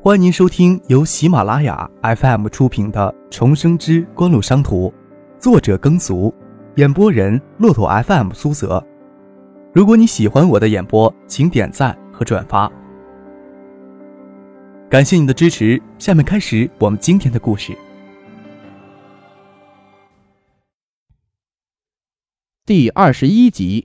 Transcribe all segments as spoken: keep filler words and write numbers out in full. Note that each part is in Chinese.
欢迎您收听由喜马拉雅 F M 出品的《重生之官路商途》，作者耕俗，演播人骆驼 F M 苏泽。如果你喜欢我的演播，请点赞和转发，感谢你的支持。下面开始我们今天的故事。 第二十一集。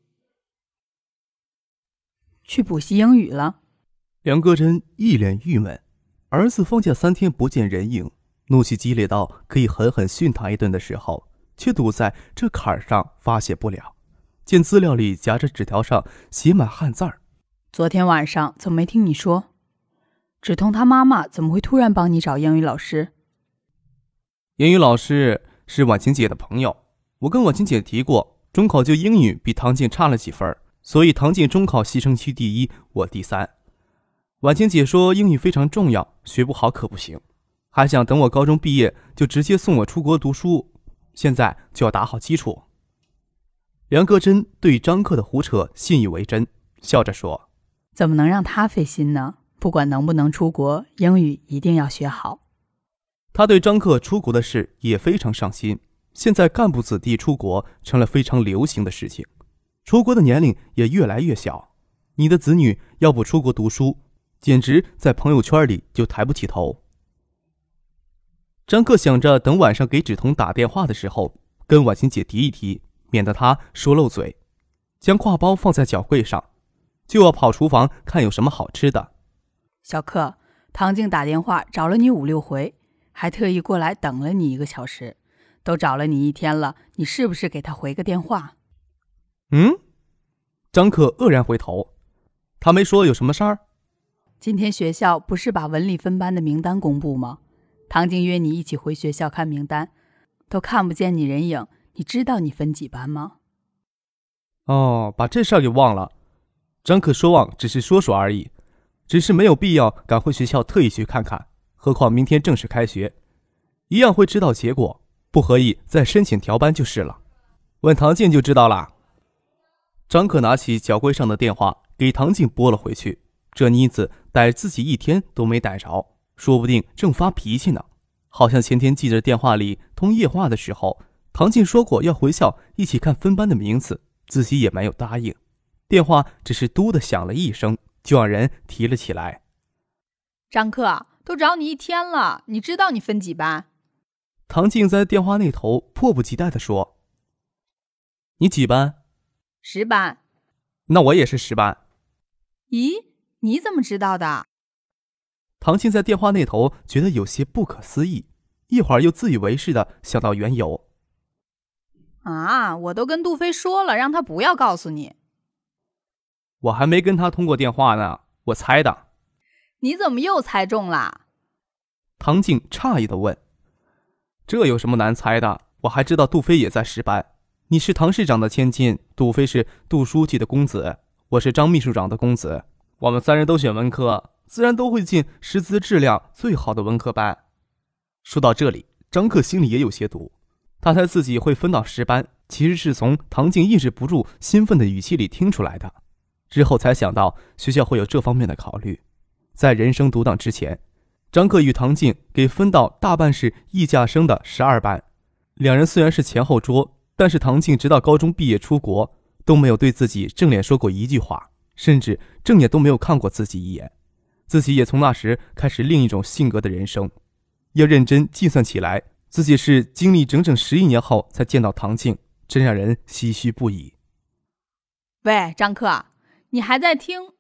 去补习英语了。 梁戈真一脸郁闷，儿子放假三天不见人影，怒气激烈到可以狠狠训他一顿的时候，却堵在这坎上发泄不了。见资料里夹着纸条上写满汉字儿。 昨天晚上怎么没听你说？芷彤他妈妈怎么会突然帮你找英语老师？ 英语老师是婉晴姐的朋友，我跟婉晴姐提过，中考就英语比唐静差了几分，所以唐静中考西城区第一，我第三。婉晴姐说英语非常重要，学不好可不行，还想等我高中毕业就直接送我出国读书，现在就要打好基础。梁戈真对张克的胡扯信以为真，笑着说： 怎么能让他费心呢？不管能不能出国，英语一定要学好。 他对张克出国的事也非常上心，现在干部子弟出国成了非常流行的事情，出国的年龄也越来越小，你的子女要不出国读书，简直在朋友圈里就抬不起头。张克想着等晚上给芷彤打电话的时候跟婉晴姐提一提，免得她说漏嘴，将挎包放在脚柜上，就要跑厨房看有什么好吃的。 小克，唐静打电话找了你五六回，还特意过来等了你一个小时，都找了你一天了，你是不是给他回个电话？ 嗯？张克愕然回头，他没说有什么事儿？ 今天学校不是把文理分班的名单公布吗？唐静约你一起回学校看名单，都看不见你人影，你知道你分几班吗？ 哦，把这事儿给忘了。张克说忘只是说说而已，只是没有必要赶回学校特意去看看，何况明天正式开学，一样会知道结果，不合意再申请调班就是了。问唐静就知道了。张克拿起脚柜上的电话给唐静拨了回去，这妮子逮自己一天都没逮着，说不定正发脾气呢。好像前天记着电话里通夜话的时候，唐静说过要回校一起看分班的名字，自己也没有答应。电话只是嘟的响了一声，就让人提了起来。 张克，都找你一天了，你知道你分几班？ 唐静在电话那头迫不及待地说：你几班？ 十班。 那我也是十班。 咦，你怎么知道的？ 唐静在电话那头觉得有些不可思议，一会儿又自以为是的想到缘由。 啊，我都跟杜飞说了，让他不要告诉你。 我还没跟他通过电话呢，我猜的。 你怎么又猜中了？ 唐静诧异的问。这有什么难猜的？我还知道杜飞也在十班。你是唐市长的千金，杜飞是杜书记的公子，我是张秘书长的公子，我们三人都选文科，自然都会进师资质量最好的文科班。说到这里，张克心里也有些堵，他猜自己会分到十班，其实是从唐静抑制不住兴奋的语气里听出来的，之后才想到学校会有这方面的考虑。在人生独当之前，张克与唐静给分到大半是艺价生的十二班，两人虽然是前后桌，但是唐静直到高中毕业出国都没有对自己正脸说过一句话，甚至正眼都没有看过自己一眼。自己也从那时开始另一种性格的人生，要认真计算起来，自己是经历整整十一年后才见到唐静，真让人唏嘘不已。 喂，张克，你还在听？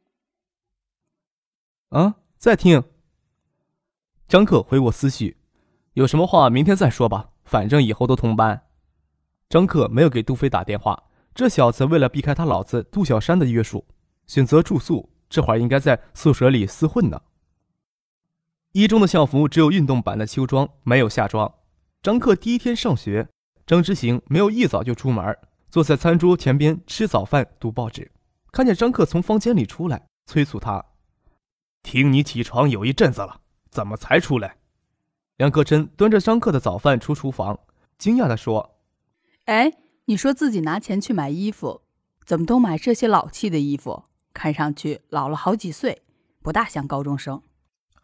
啊，在听。张克回我思绪，有什么话明天再说吧，反正以后都同班。张克没有给杜飞打电话，这小子为了避开他老子杜小山的约束，选择住宿，这会儿应该在宿舍里厮混呢。一中的校服只有运动版的秋装，没有夏装。张克第一天上学，张之行没有一早就出门，坐在餐桌前边吃早饭读报纸，看见张克从房间里出来，催促他：听你起床有一阵子了，怎么才出来？梁克真端着张克的早饭出厨房，惊讶地说： 哎，你说自己拿钱去买衣服，怎么都买这些老气的衣服？看上去老了好几岁，不大像高中生。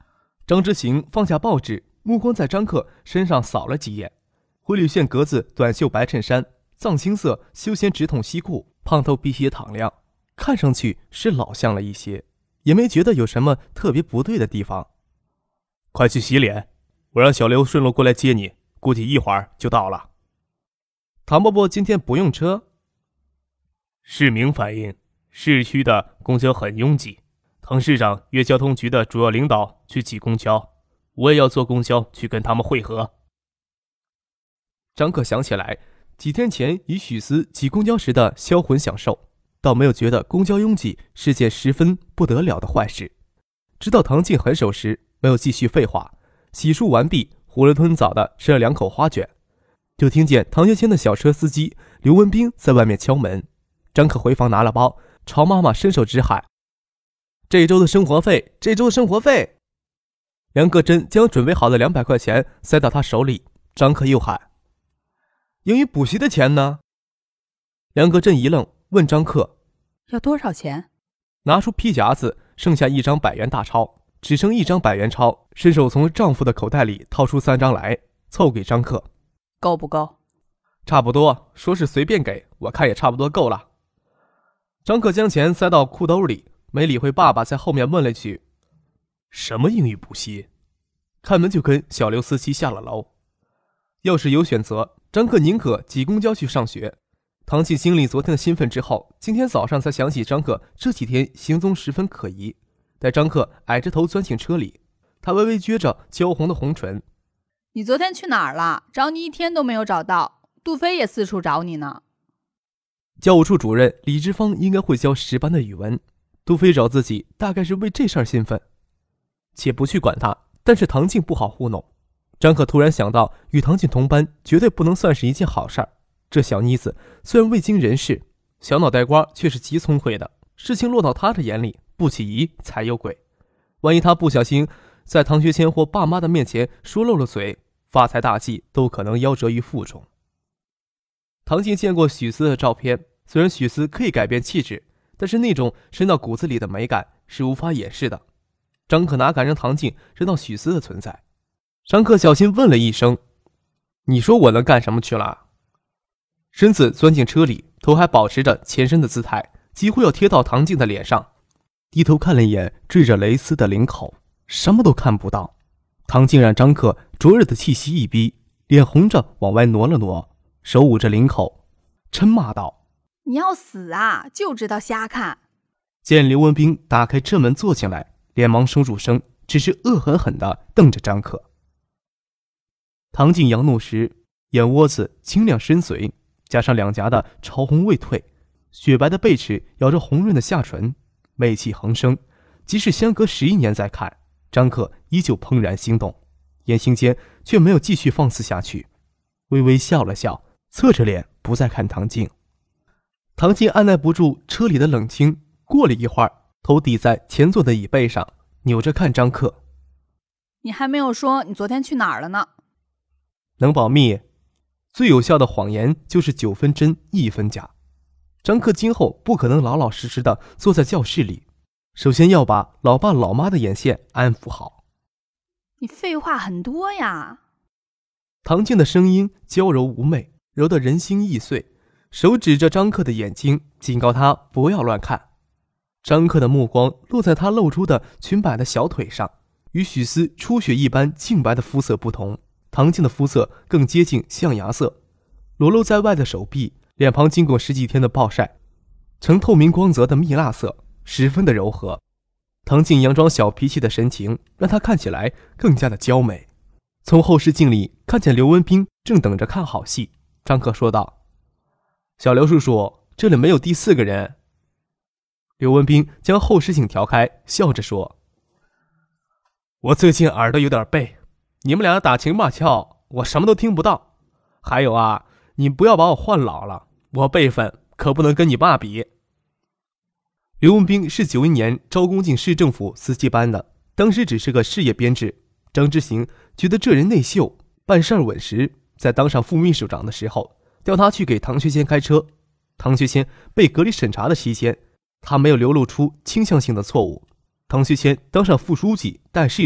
张之行放下报纸，目光在张克身上扫了几眼，灰绿线格子短袖白衬衫，藏青色休闲直筒西裤，胖头鼻血淌亮，看上去是老相了一些，也没觉得有什么特别不对的地方。快去洗脸，我让小刘顺路过来接你，估计一会儿就到了。唐伯伯今天不用车？市民反映，市区的公交很拥挤，唐市长约交通局的主要领导去挤公交，我也要坐公交去跟他们会合。张克想起来几天前与许思挤公交时的销魂享受，倒没有觉得公交拥挤是件十分不得了的坏事。直到唐静很守时，没有继续废话，洗漱完毕，囫囵吞枣地吃了两口花卷，就听见唐学谦的小车司机刘文斌在外面敲门。张克回房拿了包，朝妈妈伸手直喊：这周的生活费，这周的生活费！梁个珍将准备好的两百块钱塞到他手里，张克又喊：英语补习的钱呢？梁个珍一愣，问张克： 要多少钱？ 拿出皮夹子，剩下一张百元大钞，只剩一张百元钞，伸手从丈夫的口袋里掏出三张来，凑给张克。 够不够？ 差不多，说是随便给，我看也差不多够了。张克将钱塞到裤兜里，没理会爸爸在后面问了句：什么英语补习？开门就跟小刘司机下了楼。要是有选择，张克宁可挤公交去上学。唐静经历昨天的兴奋之后，今天早上才想起张克这几天行踪十分可疑。待张克矮着头钻进车里，他微微撅着焦红的红唇： 你昨天去哪儿了？找你一天都没有找到，杜飞也四处找你呢。 教务处主任李志芳应该会教十班的语文，杜飞找自己大概是为这事儿兴奋。且不去管他，但是唐静不好糊弄。张可突然想到，与唐静同班绝对不能算是一件好事儿。这小妮子虽然未经人事，小脑袋瓜却是极聪慧的，事情落到他的眼里，不起疑才有鬼。万一他不小心在唐学谦或爸妈的面前说漏了嘴，发财大计都可能夭折于腹中。唐静见过许思的照片，虽然许思可以改变气质，但是那种深到骨子里的美感是无法掩饰的。张可哪敢让唐静知道许思的存在？张可小心问了一声：你说我能干什么去了？身子钻进车里，头还保持着前伸的姿态，几乎要贴到唐静的脸上。低头看了一眼缀着蕾丝的领口，什么都看不到。唐静让张可灼热的气息一逼，脸红着往外挪了挪，手捂着领口，嗔骂道： 你要死啊，就知道瞎看。 见刘文斌打开车门坐进来，连忙收住声，只是恶狠狠地瞪着张可。唐静扬怒时，眼窝子清亮深邃，加上两颊的潮红未退，雪白的背齿咬着红润的下唇，媚气横生。即使相隔十一年再看，张可依旧怦然心动，言行间却没有继续放肆下去，微微笑了笑，侧着脸不再看唐静。唐静按耐不住车里的冷清，过了一会儿，头抵在前座的椅背上，扭着看张克： 你还没有说你昨天去哪儿了呢？ 能保密？最有效的谎言就是九分真一分假。张克今后不可能老老实实的坐在教室里，首先要把老爸老妈的眼线安抚好。 你废话很多呀。 唐静的声音娇柔妩媚，柔得人心易碎，手指着张克的眼睛，警告他不要乱看。张克的目光落在他露出的裙摆的小腿上，与许思初雪一般净白的肤色不同，唐静的肤色更接近象牙色，裸露在外的手臂，脸庞经过十几天的暴晒，呈透明光泽的蜜蜡色，十分的柔和。唐静佯装小脾气的神情，让她看起来更加的娇美。从后视镜里看见刘文斌正等着看好戏，张克说道：小刘叔叔，这里没有第四个人。刘文斌将后视镜调开，笑着说：我最近耳朵有点背，你们俩打情骂俏，我什么都听不到。还有啊，你不要把我换老了，我辈分可不能跟你爸比。刘文斌是九一年招工进市政府司机班的，当时只是个事业编制。张之行觉得这人内秀，办事稳实，在当上副秘书长的时候，调他去给唐学谦开车。唐学谦被隔离审查的期间，他没有流露出倾向性的错误。唐学谦当上副书记、代市长，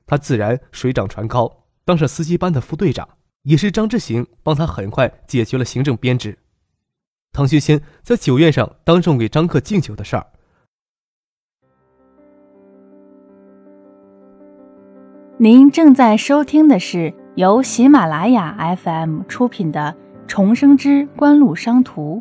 他自然水涨船高，当上司机班的副队长，也是张之行帮他很快解决了行政编制。唐学谦在酒宴上当众给张克敬酒的事儿。 您正在收听的是由喜马拉雅 F M 出品的《重生之官路商途》。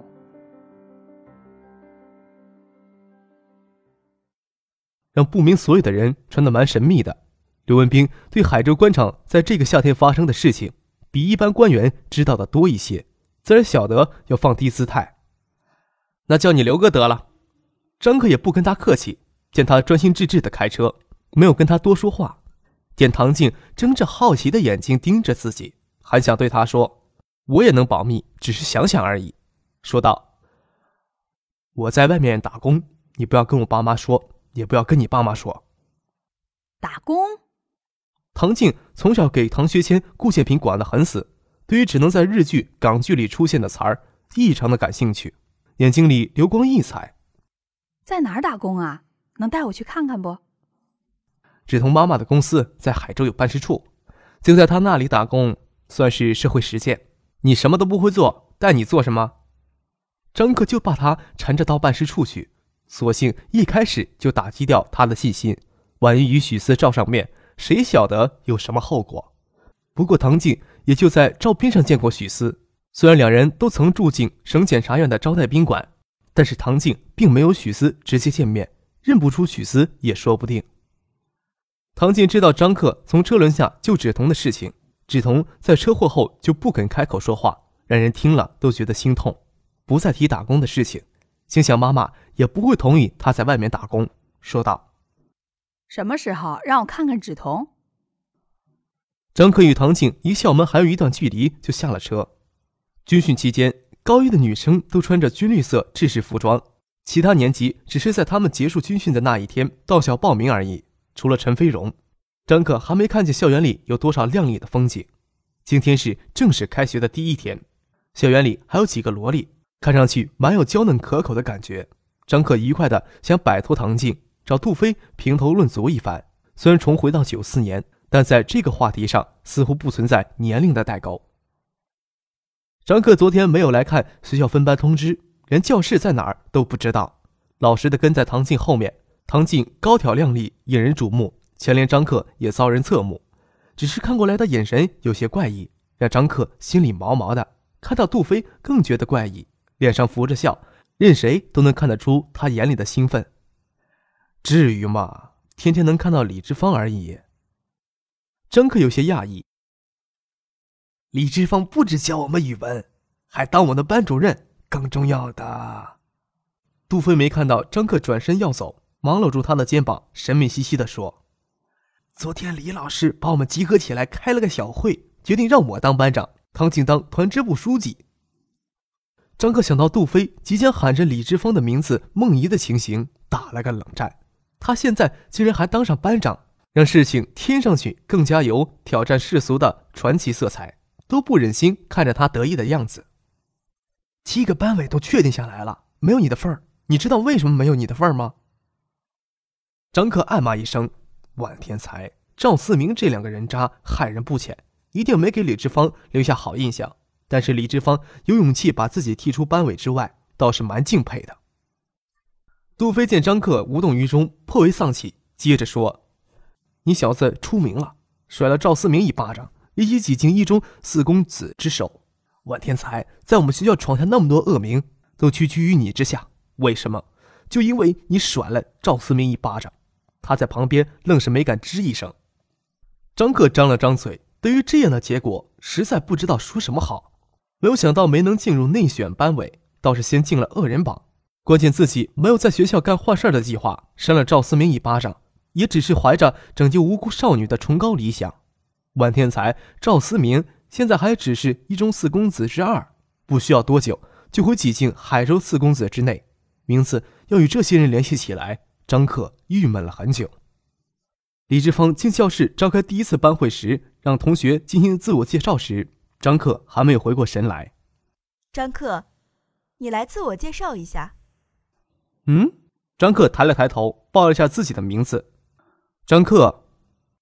让不明所以的人传得蛮神秘的。刘文斌对海州官场在这个夏天发生的事情，比一般官员知道的多一些，自然晓得要放低姿态。那叫你刘哥得了。张克也不跟他客气，见他专心致志地开车，没有跟他多说话。见唐静睁着好奇的眼睛盯着自己，还想对他说，我也能保密，只是想想而已。说道，我在外面打工，你不要跟我爸妈说，也不要跟你爸妈说。 打工？ 唐静从小给唐学谦、顾建平管得很死，对于只能在日剧、港剧里出现的词儿异常的感兴趣，眼睛里流光溢彩。 在哪儿打工啊？能带我去看看不？ 芷彤妈妈的公司在海州有办事处，就在她那里打工，算是社会实践。你什么都不会做，带你做什么？张克就把他缠着到办事处去，索性一开始就打击掉他的细心，万一与许思照上面，谁晓得有什么后果。不过唐静也就在照片上见过许思，虽然两人都曾住进省检察院的招待宾馆，但是唐静并没有许思直接见面，认不出许思也说不定。唐静知道张克从车轮下救芷彤的事情，芷彤在车祸后就不肯开口说话，让人听了都觉得心痛，不再提打工的事情。心想妈妈也不会同意他在外面打工，说道， 什么时候让我看看芷彤？ 张克与唐静离校门还有一段距离就下了车。军训期间，高一的女生都穿着军绿色制式服装，其他年级只是在他们结束军训的那一天到校报名而已。除了陈飞荣，张克还没看见校园里有多少亮丽的风景。今天是正式开学的第一天，校园里还有几个萝莉，看上去蛮有娇嫩可口的感觉。张克愉快地想摆脱唐静，找杜飞评头论足一番。虽然重回到九四年，但在这个话题上似乎不存在年龄的代沟。张克昨天没有来看学校分班通知，连教室在哪儿都不知道，老实地跟在唐静后面。唐静高挑靓丽，引人瞩目，前连张克也遭人侧目，只是看过来的眼神有些怪异，让张克心里毛毛的。看到杜飞更觉得怪异，脸上浮着笑，任谁都能看得出他眼里的兴奋。至于吗？天天能看到李志芳而已。张克有些讶异，李志芳不只教我们语文，还当我的班主任，更重要的。杜飞没看到张克转身要走，忙搂住他的肩膀，神秘兮兮地说，昨天李老师把我们集合起来开了个小会，决定让我当班长，唐静当团支部书记。张克想到杜飞即将喊着李志芳的名字梦怡的情形，打了个冷战。他现在竟然还当上班长，让事情听上去更加有挑战世俗的传奇色彩，都不忍心看着他得意的样子。七个班委都确定下来了，没有你的份儿，你知道为什么没有你的份儿吗？张克暗骂一声，万天才、赵思明这两个人渣害人不浅，一定没给李志芳留下好印象。但是李志芳有勇气把自己踢出班委之外，倒是蛮敬佩的。杜飞见张克无动于衷，颇为丧气，接着说，你小子出名了，甩了赵思明一巴掌，立即挤进一中四公子之手。万天才在我们学校闯下那么多恶名，都区区于你之下，为什么？就因为你甩了赵思明一巴掌。他在旁边愣是没敢吱一声。张克张了张嘴，对于这样的结果实在不知道说什么好。没有想到没能进入内选班委，倒是先进了恶人榜。关键自己没有在学校干坏事的计划，扇了赵思明一巴掌，也只是怀着拯救无辜少女的崇高理想。万天才、赵思明现在还只是一中四公子之二，不需要多久就会挤进海州四公子之内，名字要与这些人联系起来，张克郁闷了很久。李志芳进教室召开第一次班会时，让同学进行自我介绍时，张克还没有回过神来。 张克，你来自我介绍一下。 嗯？张克抬了抬头，报了一下自己的名字。张克。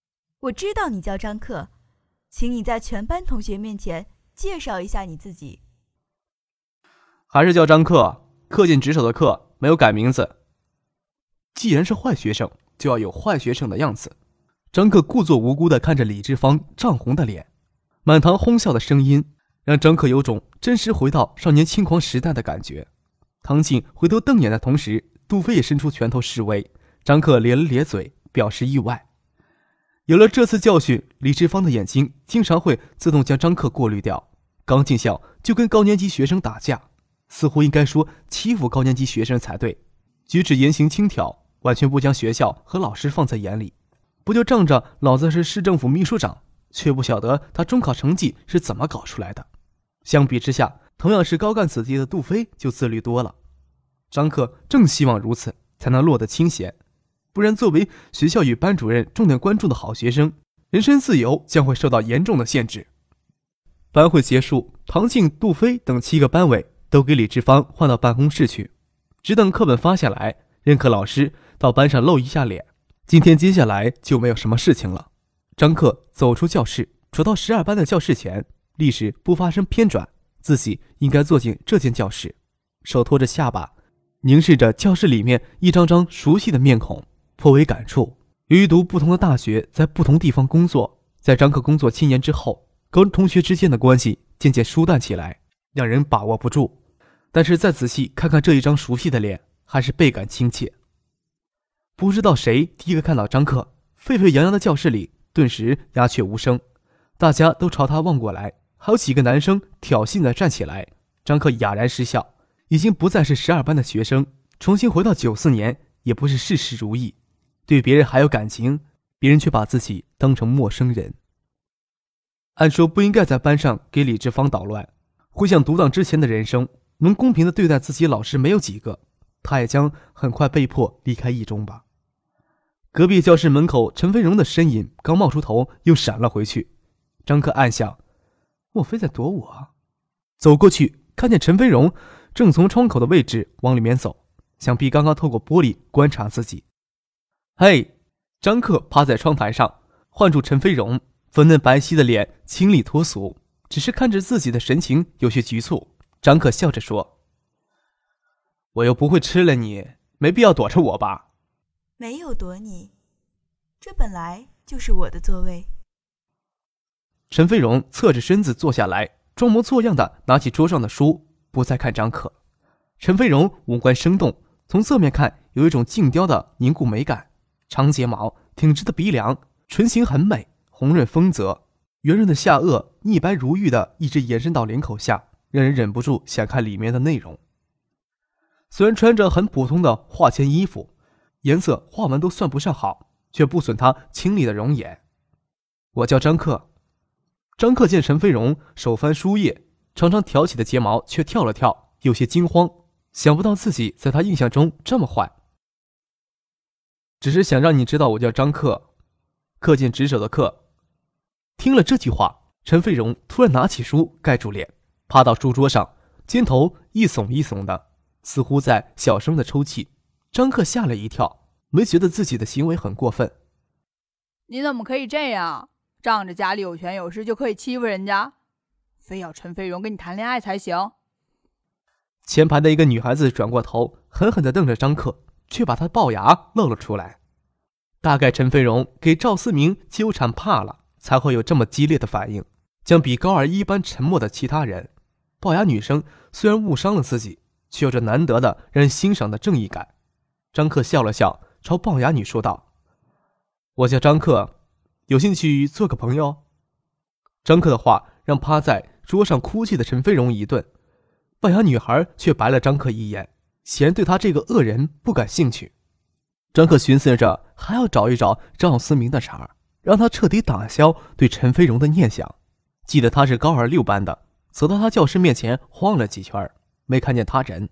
我知道你叫张克，请你在全班同学面前介绍一下你自己。 还是叫张克，恪尽职守的恪，没有改名字。既然是坏学生，就要有坏学生的样子。张克故作无辜地看着李志芳涨红的脸，满堂哄笑的声音让张克有种真实回到少年轻狂时代的感觉。唐静回头瞪眼的同时，杜飞也伸出拳头示威。张克咧了咧嘴，表示意外。有了这次教训，李志芳的眼睛经常会自动将张克过滤掉。刚进校就跟高年级学生打架，似乎应该说欺负高年级学生才对，举止言行轻佻，完全不将学校和老师放在眼里。不就仗着老子是市政府秘书长，却不晓得他中考成绩是怎么搞出来的。相比之下，同样是高干子弟的杜飞就自律多了。张克正希望如此才能落得清闲，不然作为学校与班主任重点关注的好学生，人身自由将会受到严重的限制。班会结束，唐静、杜飞等七个班委都给李志芳换到办公室去，只等课本发下来，任课老师到班上露一下脸。今天接下来就没有什么事情了。张克走出教室，走到十二班的教室前，立时不发生偏转，自己应该坐进这间教室，手托着下巴，凝视着教室里面一张张熟悉的面孔，颇为感触。由于读不同的大学，在不同地方工作，在张克工作七年之后，跟同学之间的关系渐渐疏淡起来，让人把握不住。但是再仔细看看这一张熟悉的脸，还是倍感亲切。不知道谁第一个看到张克，沸沸扬扬的教室里顿时鸦雀无声，大家都朝他望过来，还有几个男生挑衅地站起来。张克哑然失笑，已经不再是十二班的学生，重新回到九四年也不是事事如意。对别人还有感情，别人却把自己当成陌生人。按说不应该在班上给李志芳捣乱，回想独当之前的人生，能公平地对待自己老师没有几个，他也将很快被迫离开一中吧。隔壁教室门口陈飞荣的身影刚冒出头，又闪了回去。张克暗想，莫非在躲我？走过去，看见陈飞荣正从窗口的位置往里面走，想必刚刚透过玻璃观察自己。嘿，张克趴在窗台上，唤住陈飞荣，粉嫩白皙的脸清丽脱俗，只是看着自己的神情有些局促。张克笑着说，我又不会吃了你，没必要躲着我吧？ 没有躲你，这本来就是我的座位。 陈飞荣侧着身子坐下来，装模作样的拿起桌上的书，不再看张克。陈飞荣五官生动，从侧面看有一种静雕的凝固美感，长睫毛，挺直的鼻梁，唇形很美，红润丰泽，圆润的下颚腻白如玉的一直延伸到领口下，让人忍不住想看里面的内容。虽然穿着很普通的化纤衣服，颜色画纹都算不上好，却不损他清丽的容颜。我叫张克。张克见陈飞荣手翻书页，常常挑起的睫毛却跳了跳，有些惊慌，想不到自己在他印象中这么坏。只是想让你知道我叫张克，恪尽职守的恪。听了这句话，陈飞荣突然拿起书盖住脸，趴到书桌上，肩头一耸一耸的，似乎在小声的抽泣。张克吓了一跳，没觉得自己的行为很过分。 你怎么可以这样？仗着家里有权有势就可以欺负人家，非要陈飞荣跟你谈恋爱才行？ 前排的一个女孩子转过头，狠狠地瞪着张克，却把他龅牙露了出来。大概陈飞荣给赵思明纠缠怕了，才会有这么激烈的反应，将比高二一般沉默的其他人。龅牙女生虽然误伤了自己，却有着难得的让人欣赏的正义感。张克笑了笑，朝龅牙女说道，我叫张克，有兴趣做个朋友？张克的话让趴在桌上哭泣的陈飞荣一顿，龅牙女孩却白了张克一眼，显然对他这个恶人不感兴趣。张克寻思着还要找一找赵思明的茬，让他彻底打消对陈飞荣的念想。记得他是高二六班的，走到他教室面前晃了几圈，没看见他人。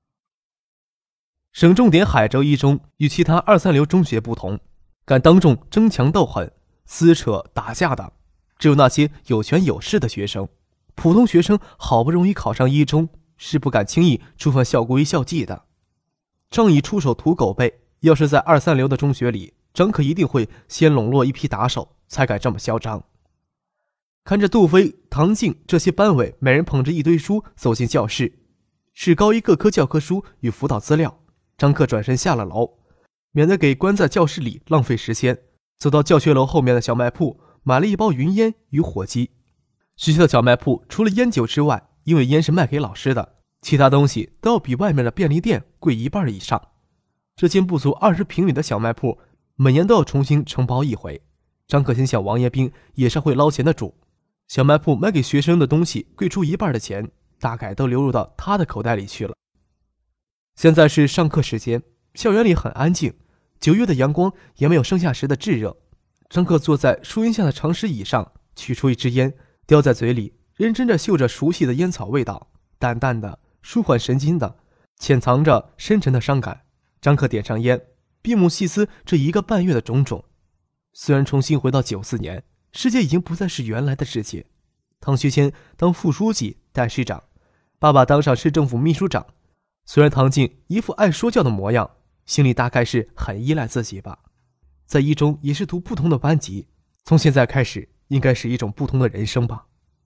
省重点海州一中与其他二三流中学不同，敢当众争强斗狠、撕扯打架的，只有那些有权有势的学生。普通学生好不容易考上一中，是不敢轻易触犯校规校纪的。仗义出手屠狗辈，要是在二三流的中学里，张克一定会先笼络一批打手， 才敢这么嚣张。看着杜飞、唐静这些班委每人捧着一堆书走进教室，是高一各科教科书与辅导资料。张克转身下了楼，免得给关在教室里浪费时间，走到教学楼后面的小卖铺，买了一包云烟与火鸡。学校的小卖铺除了烟酒之外，因为烟是卖给老师的，其他东西都要比外面的便利店贵一半以上。这间不足二十平米的小卖铺，每年都要重新承包一回。张克心想，王爷兵也是会捞钱的主，小卖铺卖给学生的东西贵出一半的钱，大概都流入到他的口袋里去了。现在是上课时间，校园里很安静，九月的阳光也没有盛夏时的炙热。张克坐在树荫下的长石椅上，取出一支烟，叼在嘴里，认真地嗅着熟悉的烟草味道，淡淡的，舒缓神经的，潜藏着深沉的伤感。张克点上烟，闭目细思这一个半月的种种。虽然重新回到九四年，世界已经不再是原来的世界。唐学谦当副书记、代市长，爸爸当上市政府秘书长。虽然唐静一副爱说教的模样，心里大概是很依赖自己吧。在一中也是读不同的班级，从现在开始应该是一种不同的人生吧。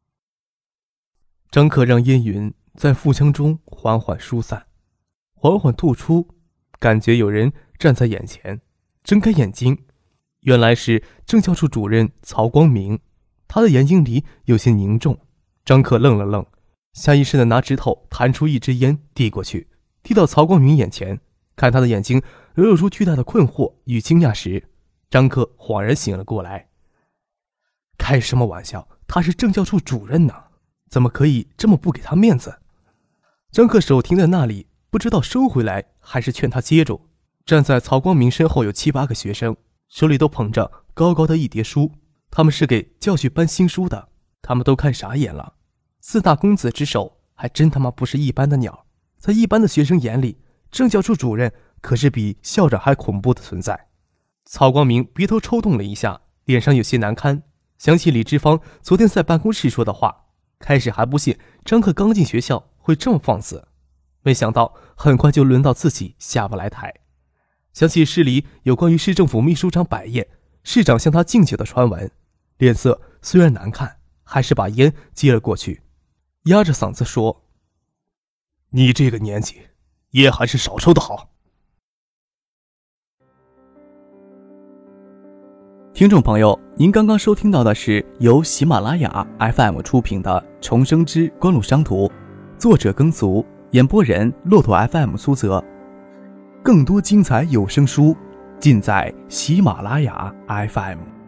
张克让烟云在腹腔中缓缓疏散，缓缓吐出，感觉有人站在眼前。睁开眼睛，原来是政教处主任曹光明，他的眼睛里有些凝重。张克愣了愣，下意识地拿指头弹出一支烟递过去，递到曹光明眼前。看他的眼睛流露出巨大的困惑与惊讶时，张克恍然醒了过来。开什么玩笑，他是政教处主任呢，怎么可以这么不给他面子？张克手停在那里，不知道收回来还是劝他接住。站在曹光明身后有七八个学生，手里都捧着高高的一叠书，他们是给教学班新书的。他们都看傻眼了，四大公子之首还真他妈不是一般的鸟。在一般的学生眼里，政教处主任可是比校长还恐怖的存在。曹光明鼻头抽动了一下，脸上有些难堪，想起李志芳昨天在办公室说的话，开始还不信张克刚进学校会这么放肆，没想到很快就轮到自己下不来台。想起市里有关于市政府秘书长摆宴，市长向他敬酒的传闻，脸色虽然难看，还是把烟接了过去，压着嗓子说：“你这个年纪，烟还是少抽的好。” 听众朋友，您刚刚收听到的是由喜马拉雅 F M 出品的《重生之官路商途》，作者耕俗，演播人骆驼 F M 苏泽。更多精彩有声书尽在喜马拉雅 F M。